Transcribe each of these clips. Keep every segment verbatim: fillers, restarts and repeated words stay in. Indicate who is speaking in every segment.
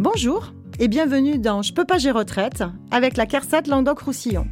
Speaker 1: Bonjour et bienvenue dans Je peux pas gérer retraite avec la CARSAT Languedoc-Roussillon.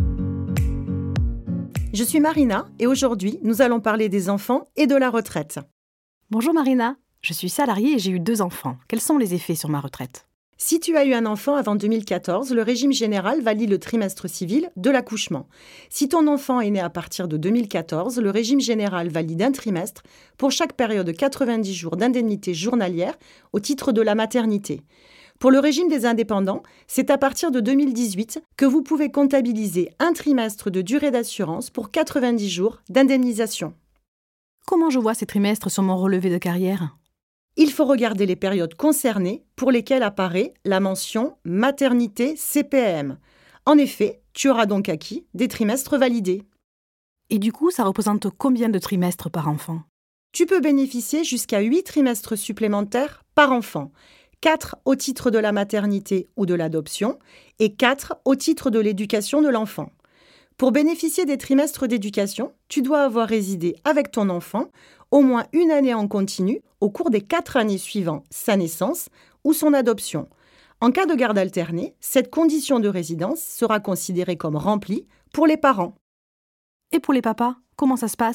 Speaker 1: Je suis Marina et aujourd'hui, nous allons parler des enfants et de la retraite.
Speaker 2: Bonjour Marina, je suis salariée et j'ai eu deux enfants. Quels sont les effets sur ma retraite ?
Speaker 1: Si tu as eu un enfant avant deux mille quatorze, le régime général valide le trimestre civil de l'accouchement. Si ton enfant est né à partir de deux mille quatorze, le régime général valide un trimestre pour chaque période de quatre-vingt-dix jours d'indemnité journalière au titre de la maternité. Pour le régime des indépendants, c'est à partir de deux mille dix-huit que vous pouvez comptabiliser un trimestre de durée d'assurance pour quatre-vingt-dix jours d'indemnisation.
Speaker 2: Comment je vois ces trimestres sur mon relevé de carrière ?
Speaker 1: Il faut regarder les périodes concernées pour lesquelles apparaît la mention « maternité C P M ». En effet, tu auras donc acquis des trimestres validés.
Speaker 2: Et du coup, ça représente combien de trimestres par enfant ?
Speaker 1: Tu peux bénéficier jusqu'à huit trimestres supplémentaires par enfant, quatre au titre de la maternité ou de l'adoption et quatre au titre de l'éducation de l'enfant. Pour bénéficier des trimestres d'éducation, tu dois avoir résidé avec ton enfant au moins une année en continu au cours des quatre années suivant sa naissance ou son adoption. En cas de garde alternée, cette condition de résidence sera considérée comme remplie pour les parents.
Speaker 2: Et pour les papas, comment ça se passe ?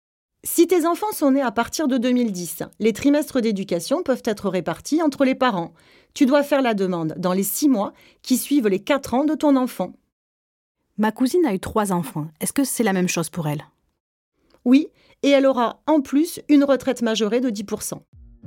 Speaker 1: Si tes enfants sont nés à partir de deux mille dix, les trimestres d'éducation peuvent être répartis entre les parents. Tu dois faire la demande dans les six mois qui suivent les quatre ans de ton enfant.
Speaker 2: Ma cousine a eu trois enfants. Est-ce que c'est la même chose pour elle ?
Speaker 1: Oui, et elle aura en plus une retraite majorée de dix pour cent.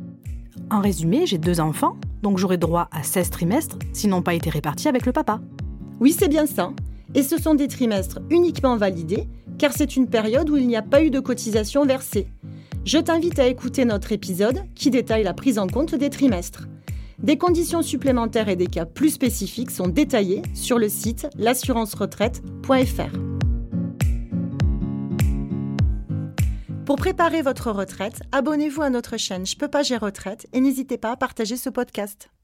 Speaker 2: En résumé, j'ai deux enfants, donc j'aurai droit à seize trimestres s'ils n'ont pas été répartis avec le papa.
Speaker 1: Oui, c'est bien ça. Et ce sont des trimestres uniquement validés, car c'est une période où il n'y a pas eu de cotisation versée. Je t'invite à écouter notre épisode qui détaille la prise en compte des trimestres. Des conditions supplémentaires et des cas plus spécifiques sont détaillés sur le site l'assurance retraite point f r. Pour préparer votre retraite, abonnez-vous à notre chaîne Je peux pas gérer retraite et n'hésitez pas à partager ce podcast.